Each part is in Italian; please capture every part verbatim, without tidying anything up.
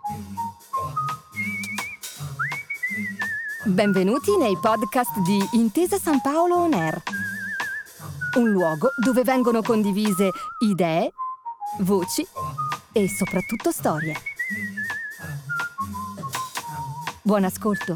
Benvenuti nei podcast di Intesa San Paolo On Air, un luogo dove vengono condivise idee, voci e soprattutto storie. Buon ascolto.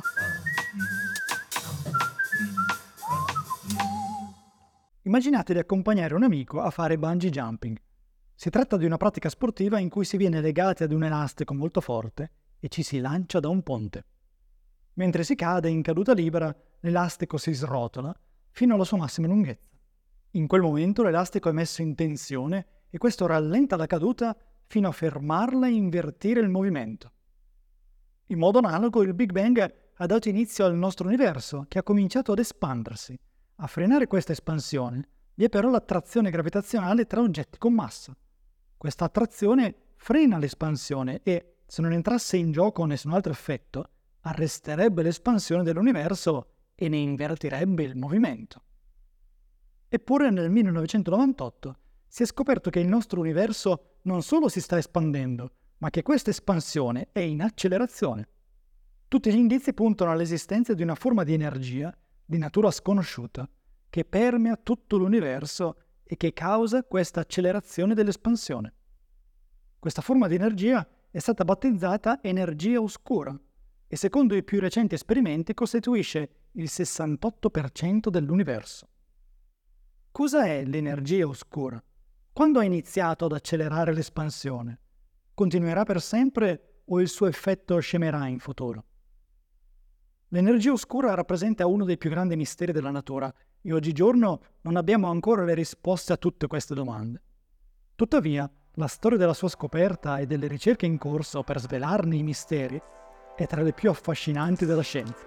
Immaginate di accompagnare un amico a fare bungee jumping. Si tratta di una pratica sportiva in cui si viene legati ad un elastico molto forte e ci si lancia da un ponte. Mentre si cade in caduta libera, l'elastico si srotola fino alla sua massima lunghezza. In quel momento l'elastico è messo in tensione e questo rallenta la caduta fino a fermarla e invertire il movimento. In modo analogo, il Big Bang ha dato inizio al nostro universo, che ha cominciato ad espandersi. A frenare questa espansione vi è però l'attrazione gravitazionale tra oggetti con massa. Questa attrazione frena l'espansione e, se non entrasse in gioco nessun altro effetto, arresterebbe l'espansione dell'universo e ne invertirebbe il movimento. Eppure nel millenovecentonovantotto si è scoperto che il nostro universo non solo si sta espandendo, ma che questa espansione è in accelerazione. Tutti gli indizi puntano all'esistenza di una forma di energia di natura sconosciuta che permea tutto l'universo e che causa questa accelerazione dell'espansione. Questa forma di energia è stata battezzata energia oscura e secondo i più recenti esperimenti costituisce il sessantotto per cento dell'universo. Cosa è l'energia oscura? Quando ha iniziato ad accelerare l'espansione? Continuerà per sempre o il suo effetto scemerà in futuro? L'energia oscura rappresenta uno dei più grandi misteri della natura e oggigiorno non abbiamo ancora le risposte a tutte queste domande. Tuttavia, la storia della sua scoperta e delle ricerche in corso per svelarne i misteri è tra le più affascinanti della scienza.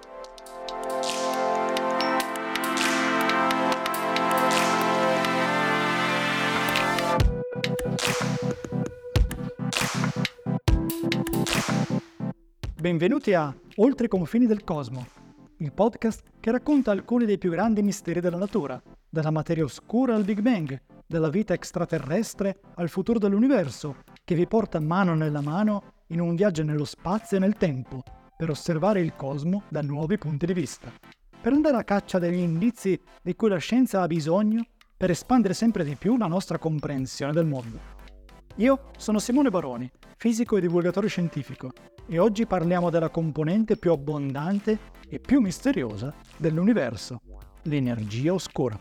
Benvenuti a Oltre i confini del cosmo, il podcast che racconta alcuni dei più grandi misteri della natura, dalla materia oscura al Big Bang, dalla vita extraterrestre al futuro dell'universo, che vi porta mano nella mano in un viaggio nello spazio e nel tempo, per osservare il cosmo da nuovi punti di vista, per andare a caccia degli indizi di cui la scienza ha bisogno per espandere sempre di più la nostra comprensione del mondo. Io sono Simone Baroni, fisico e divulgatore scientifico, e oggi parliamo della componente più abbondante e più misteriosa dell'universo, l'energia oscura.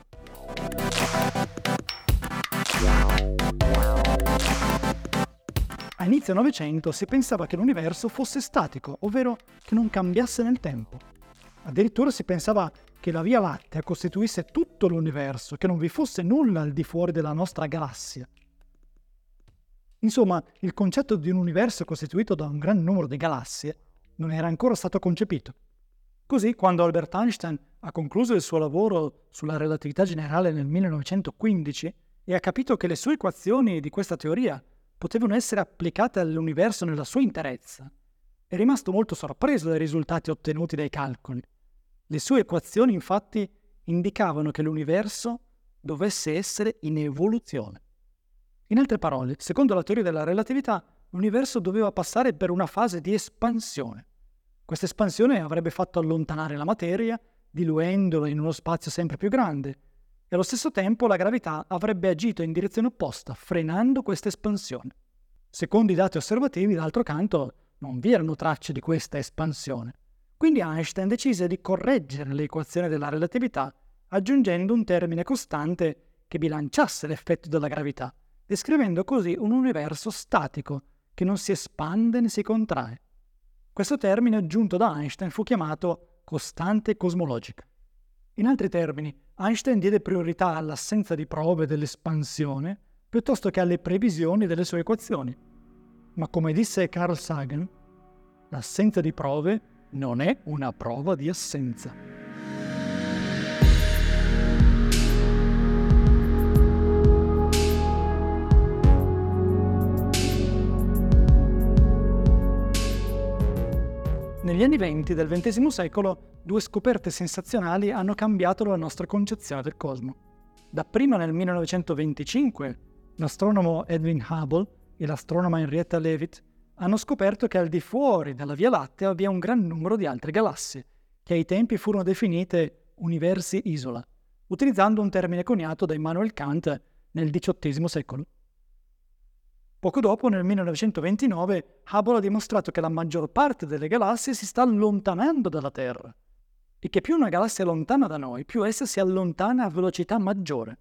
A inizio Novecento si pensava che l'universo fosse statico, ovvero che non cambiasse nel tempo. Addirittura si pensava che la Via Lattea costituisse tutto l'universo, che non vi fosse nulla al di fuori della nostra galassia. Insomma, il concetto di un universo costituito da un gran numero di galassie non era ancora stato concepito. Così, quando Albert Einstein ha concluso il suo lavoro sulla relatività generale nel millenovecentoquindici e ha capito che le sue equazioni di questa teoria potevano essere applicate all'universo nella sua interezza, è rimasto molto sorpreso dai risultati ottenuti dai calcoli. Le sue equazioni, infatti, indicavano che l'universo dovesse essere in evoluzione. In altre parole, secondo la teoria della relatività, l'universo doveva passare per una fase di espansione. Questa espansione avrebbe fatto allontanare la materia, diluendola in uno spazio sempre più grande, e allo stesso tempo la gravità avrebbe agito in direzione opposta, frenando questa espansione. Secondo i dati osservativi, d'altro canto, non vi erano tracce di questa espansione. Quindi Einstein decise di correggere le equazioni della relatività, aggiungendo un termine costante che bilanciasse l'effetto della gravità, descrivendo così un universo statico, che non si espande né si contrae. Questo termine aggiunto da Einstein fu chiamato costante cosmologica. In altri termini, Einstein diede priorità all'assenza di prove dell'espansione piuttosto che alle previsioni delle sue equazioni. Ma come disse Carl Sagan, l'assenza di prove non è una prova di assenza. Negli anni venti del ventesimo secolo, due scoperte sensazionali hanno cambiato la nostra concezione del cosmo. Dapprima nel millenovecentoventicinque, l'astronomo Edwin Hubble e l'astronoma Henrietta Leavitt hanno scoperto che al di fuori della Via Lattea vi è un gran numero di altre galassie, che ai tempi furono definite universi isola, utilizzando un termine coniato da Immanuel Kant nel diciottesimo secolo. Poco dopo, nel millenovecentoventinove, Hubble ha dimostrato che la maggior parte delle galassie si sta allontanando dalla Terra e che più una galassia è lontana da noi, più essa si allontana a velocità maggiore.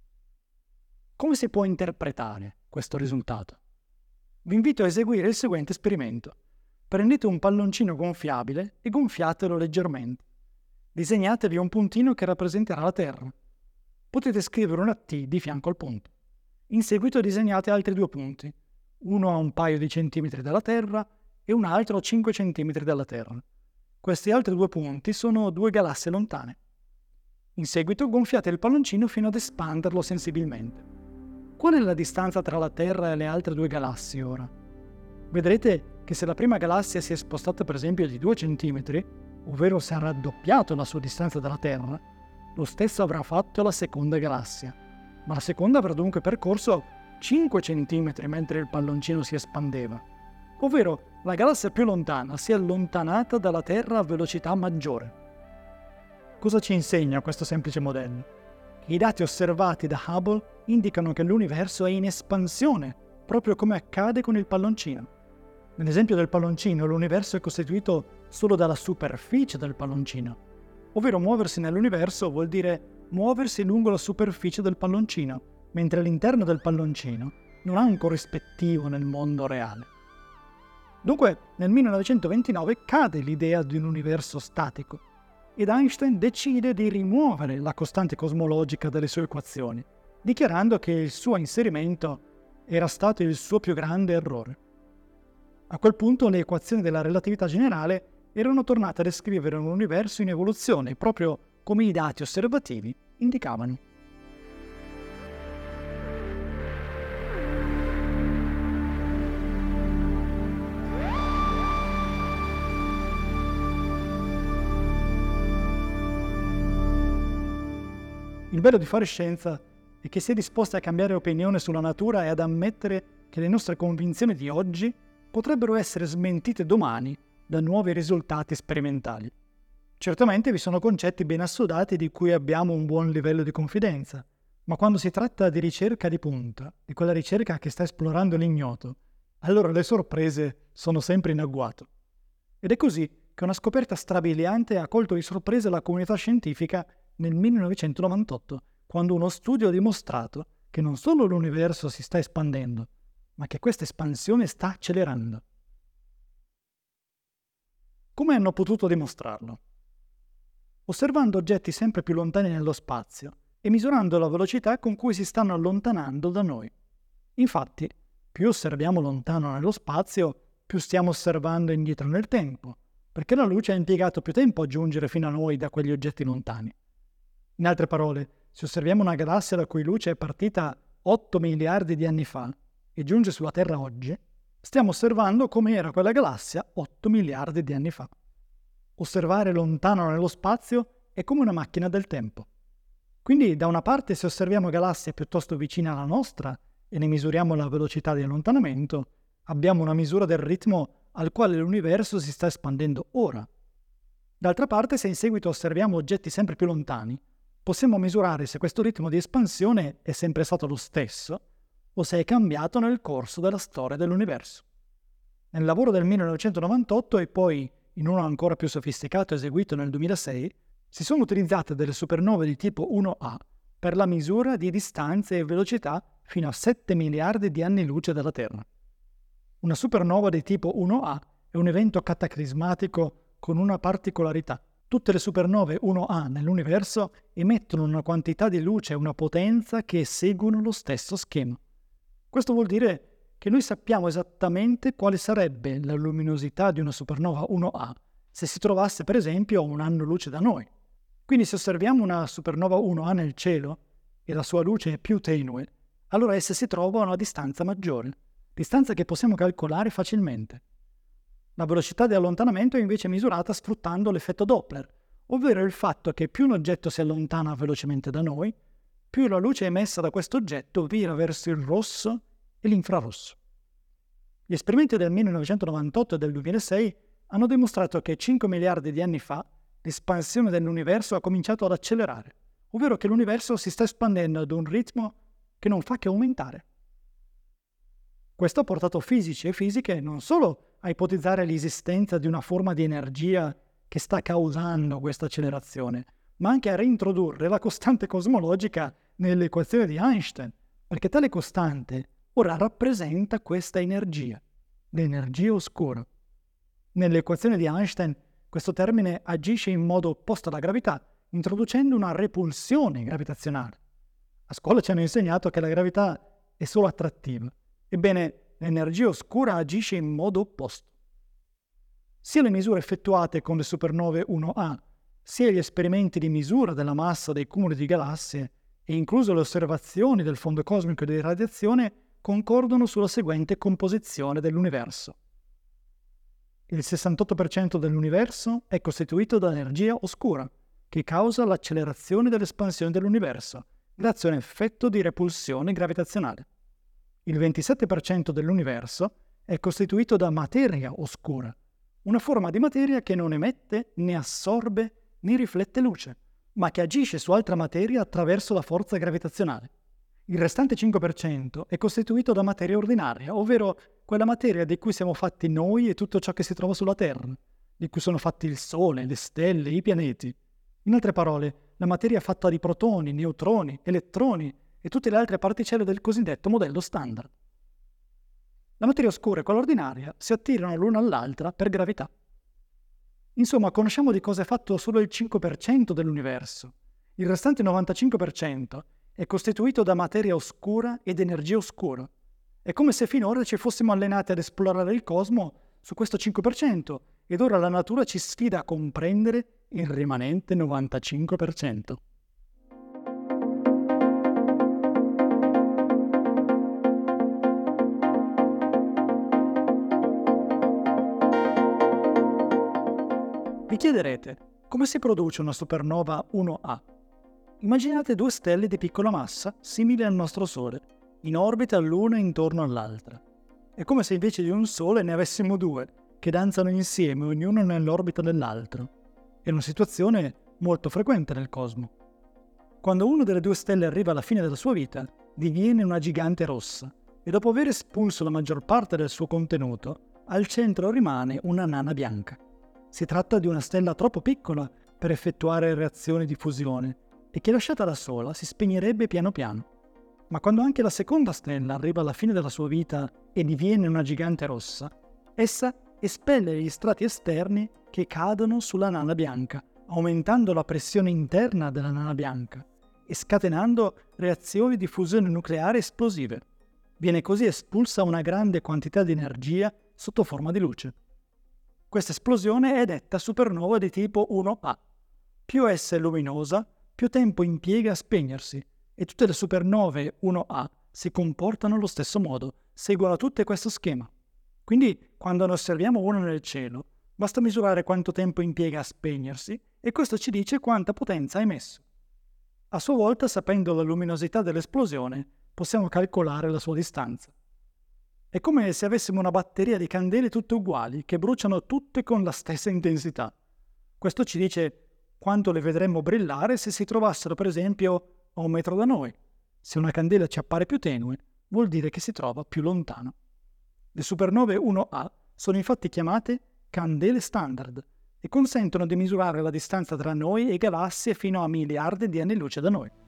Come si può interpretare questo risultato? Vi invito a eseguire il seguente esperimento. Prendete un palloncino gonfiabile e gonfiatelo leggermente. Disegnatevi un puntino che rappresenterà la Terra. Potete scrivere una T di fianco al punto. In seguito disegnate altri due punti, uno a un paio di centimetri dalla Terra e un altro a cinque centimetri dalla Terra. Questi altri due punti sono due galassie lontane. In seguito gonfiate il palloncino fino ad espanderlo sensibilmente. Qual è la distanza tra la Terra e le altre due galassie ora? Vedrete che se la prima galassia si è spostata per esempio di due centimetri, ovvero se ha raddoppiato la sua distanza dalla Terra, lo stesso avrà fatto la seconda galassia, ma la seconda avrà dunque percorso cinque centimetri mentre il palloncino si espandeva, ovvero la galassia più lontana si è allontanata dalla Terra a velocità maggiore. Cosa ci insegna questo semplice modello? Che i dati osservati da Hubble indicano che l'universo è in espansione, proprio come accade con il palloncino. Nell'esempio del palloncino, l'universo è costituito solo dalla superficie del palloncino, ovvero muoversi nell'universo vuol dire muoversi lungo la superficie del palloncino, mentre l'interno del palloncino non ha un corrispettivo nel mondo reale. Dunque, nel millenovecentoventinove cade l'idea di un universo statico ed Einstein decide di rimuovere la costante cosmologica dalle sue equazioni, dichiarando che il suo inserimento era stato il suo più grande errore. A quel punto le equazioni della relatività generale erano tornate a descrivere un universo in evoluzione, proprio come i dati osservativi indicavano. Il bello di fare scienza è che si è disposti a cambiare opinione sulla natura e ad ammettere che le nostre convinzioni di oggi potrebbero essere smentite domani da nuovi risultati sperimentali. Certamente vi sono concetti ben assodati di cui abbiamo un buon livello di confidenza, ma quando si tratta di ricerca di punta, di quella ricerca che sta esplorando l'ignoto, allora le sorprese sono sempre in agguato. Ed è così che una scoperta strabiliante ha colto di sorpresa la comunità scientifica nel millenovecentonovantotto, quando uno studio ha dimostrato che non solo l'universo si sta espandendo, ma che questa espansione sta accelerando. Come hanno potuto dimostrarlo? Osservando oggetti sempre più lontani nello spazio e misurando la velocità con cui si stanno allontanando da noi. Infatti, più osserviamo lontano nello spazio, più stiamo osservando indietro nel tempo, perché la luce ha impiegato più tempo a giungere fino a noi da quegli oggetti lontani. In altre parole, se osserviamo una galassia la cui luce è partita otto miliardi di anni fa e giunge sulla Terra oggi, stiamo osservando come era quella galassia otto miliardi di anni fa. Osservare lontano nello spazio è come una macchina del tempo. Quindi, da una parte, se osserviamo galassie piuttosto vicine alla nostra e ne misuriamo la velocità di allontanamento, abbiamo una misura del ritmo al quale l'universo si sta espandendo ora. D'altra parte, se in seguito osserviamo oggetti sempre più lontani, possiamo misurare se questo ritmo di espansione è sempre stato lo stesso o se è cambiato nel corso della storia dell'universo. Nel lavoro del millenovecentonovantotto e poi in uno ancora più sofisticato eseguito nel duemilasei, si sono utilizzate delle supernove di tipo uno A per la misura di distanze e velocità fino a sette miliardi di anni luce dalla Terra. Una supernova di tipo uno A è un evento cataclismatico con una particolarità. Tutte le supernove uno A nell'universo emettono una quantità di luce e una potenza che seguono lo stesso schema. Questo vuol dire che noi sappiamo esattamente quale sarebbe la luminosità di una supernova uno A se si trovasse per esempio a un anno luce da noi. Quindi se osserviamo una supernova uno A nel cielo e la sua luce è più tenue, allora essa si trova a una distanza maggiore, distanza che possiamo calcolare facilmente. La velocità di allontanamento è invece misurata sfruttando l'effetto Doppler, ovvero il fatto che più un oggetto si allontana velocemente da noi, più la luce emessa da questo oggetto vira verso il rosso e l'infrarosso. Gli esperimenti del millenovecentonovantotto e del duemilasei hanno dimostrato che cinque miliardi di anni fa l'espansione dell'universo ha cominciato ad accelerare, ovvero che l'universo si sta espandendo ad un ritmo che non fa che aumentare. Questo ha portato fisici e fisiche non solo a ipotizzare l'esistenza di una forma di energia che sta causando questa accelerazione, ma anche a reintrodurre la costante cosmologica nell'equazione di Einstein, perché tale costante ora rappresenta questa energia, l'energia oscura. Nell'equazione di Einstein questo termine agisce in modo opposto alla gravità, introducendo una repulsione gravitazionale. A scuola ci hanno insegnato che la gravità è solo attrattiva. Ebbene, l'energia oscura agisce in modo opposto. Sia le misure effettuate con le supernove uno A, sia gli esperimenti di misura della massa dei cumuli di galassie, e incluso le osservazioni del fondo cosmico di radiazione, concordano sulla seguente composizione dell'universo. Il sessantotto per cento dell'universo è costituito da energia oscura, che causa l'accelerazione dell'espansione dell'universo, grazie a un effetto di repulsione gravitazionale. Il ventisette per cento dell'universo è costituito da materia oscura, una forma di materia che non emette, né assorbe, né riflette luce, ma che agisce su altra materia attraverso la forza gravitazionale. Il restante cinque per cento è costituito da materia ordinaria, ovvero quella materia di cui siamo fatti noi e tutto ciò che si trova sulla Terra, di cui sono fatti il Sole, le stelle, i pianeti. In altre parole, la materia fatta di protoni, neutroni, elettroni e tutte le altre particelle del cosiddetto modello standard. La materia oscura e quella ordinaria si attirano l'una all'altra per gravità. Insomma, conosciamo di cosa è fatto solo il cinque per cento dell'universo. Il restante novantacinque per cento è costituito da materia oscura ed energia oscura. È come se finora ci fossimo allenati ad esplorare il cosmo su questo cinque per cento ed ora la natura ci sfida a comprendere il rimanente novantacinque per cento. Vi chiederete, come si produce una supernova uno A? Immaginate due stelle di piccola massa, simili al nostro Sole, in orbita l'una intorno all'altra. È come se invece di un Sole ne avessimo due, che danzano insieme, ognuno nell'orbita dell'altro. È una situazione molto frequente nel cosmo. Quando una delle due stelle arriva alla fine della sua vita, diviene una gigante rossa, e dopo aver espulso la maggior parte del suo contenuto, al centro rimane una nana bianca. Si tratta di una stella troppo piccola per effettuare reazioni di fusione e che lasciata da sola si spegnerebbe piano piano. Ma quando anche la seconda stella arriva alla fine della sua vita e diviene una gigante rossa, essa espelle gli strati esterni che cadono sulla nana bianca, aumentando la pressione interna della nana bianca e scatenando reazioni di fusione nucleare esplosive. Viene così espulsa una grande quantità di energia sotto forma di luce. Questa esplosione è detta supernova di tipo uno A. Più essa è luminosa, più tempo impiega a spegnersi, e tutte le supernove uno A si comportano allo stesso modo, seguono tutte questo schema. Quindi, quando ne osserviamo una nel cielo, basta misurare quanto tempo impiega a spegnersi e questo ci dice quanta potenza ha emesso. A sua volta, sapendo la luminosità dell'esplosione, possiamo calcolare la sua distanza. È come se avessimo una batteria di candele tutte uguali, che bruciano tutte con la stessa intensità. Questo ci dice quanto le vedremmo brillare se si trovassero, per esempio, a un metro da noi. Se una candela ci appare più tenue, vuol dire che si trova più lontano. Le supernove uno A sono infatti chiamate candele standard e consentono di misurare la distanza tra noi e galassie fino a miliardi di anni luce da noi.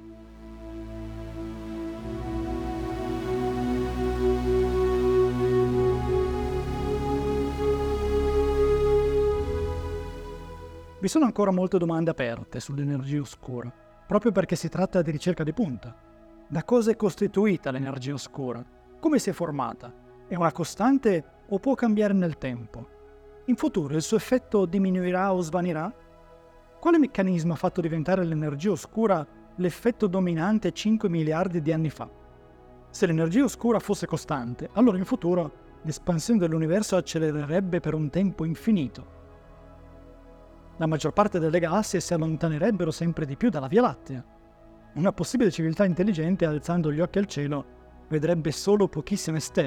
Vi sono ancora molte domande aperte sull'energia oscura, proprio perché si tratta di ricerca di punta. Da cosa è costituita l'energia oscura? Come si è formata? È una costante o può cambiare nel tempo? In futuro il suo effetto diminuirà o svanirà? Quale meccanismo ha fatto diventare l'energia oscura l'effetto dominante cinque miliardi di anni fa? Se l'energia oscura fosse costante, allora in futuro l'espansione dell'universo accelererebbe per un tempo infinito. La maggior parte delle galassie si allontanerebbero sempre di più dalla Via Lattea. Una possibile civiltà intelligente, alzando gli occhi al cielo, vedrebbe solo pochissime stelle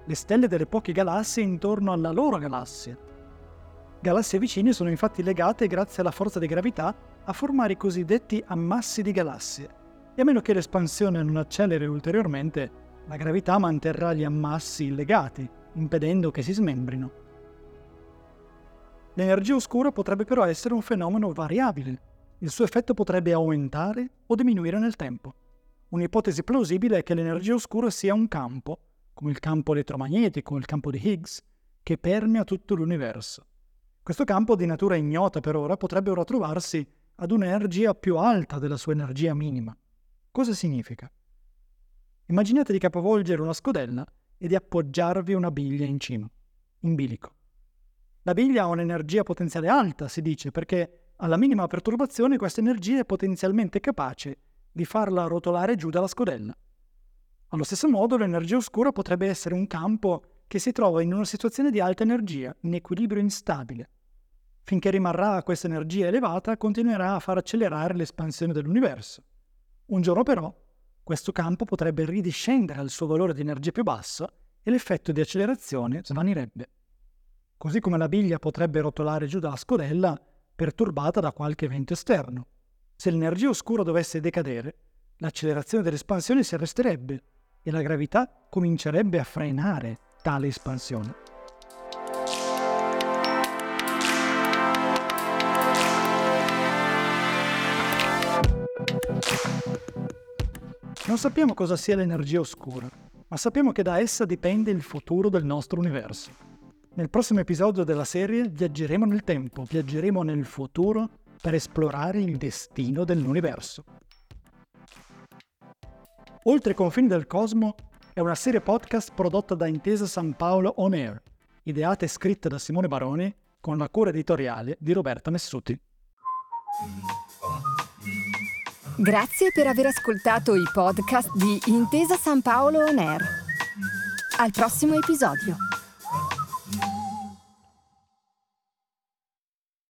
le stelle delle poche galassie intorno alla loro galassia. Galassie vicine sono infatti legate grazie alla forza di gravità a formare i cosiddetti ammassi di galassie, e a meno che l'espansione non acceleri ulteriormente, la gravità manterrà gli ammassi legati, impedendo che si smembrino. L'energia oscura potrebbe però essere un fenomeno variabile. Il suo effetto potrebbe aumentare o diminuire nel tempo. Un'ipotesi plausibile è che l'energia oscura sia un campo, come il campo elettromagnetico o il campo di Higgs, che permea tutto l'universo. Questo campo, di natura ignota per ora, potrebbe ora trovarsi ad un'energia più alta della sua energia minima. Cosa significa? Immaginate di capovolgere una scodella e di appoggiarvi una biglia in cima, in bilico. La biglia ha un'energia potenziale alta, si dice, perché alla minima perturbazione questa energia è potenzialmente capace di farla rotolare giù dalla scodella. Allo stesso modo, l'energia oscura potrebbe essere un campo che si trova in una situazione di alta energia, in equilibrio instabile. Finché rimarrà a questa energia elevata, continuerà a far accelerare l'espansione dell'universo. Un giorno però, questo campo potrebbe ridiscendere al suo valore di energia più bassa e l'effetto di accelerazione svanirebbe. Così come la biglia potrebbe rotolare giù dalla scodella perturbata da qualche evento esterno. Se l'energia oscura dovesse decadere, l'accelerazione dell'espansione si arresterebbe e la gravità comincerebbe a frenare tale espansione. Non sappiamo cosa sia l'energia oscura, ma sappiamo che da essa dipende il futuro del nostro universo. Nel prossimo episodio della serie viaggeremo nel tempo, viaggeremo nel futuro per esplorare il destino dell'universo. Oltre i confini del cosmo è una serie podcast prodotta da Intesa San Paolo On Air, ideata e scritta da Simone Baroni con la cura editoriale di Roberta Messuti. Grazie per aver ascoltato i podcast di Intesa San Paolo On Air. Al prossimo episodio.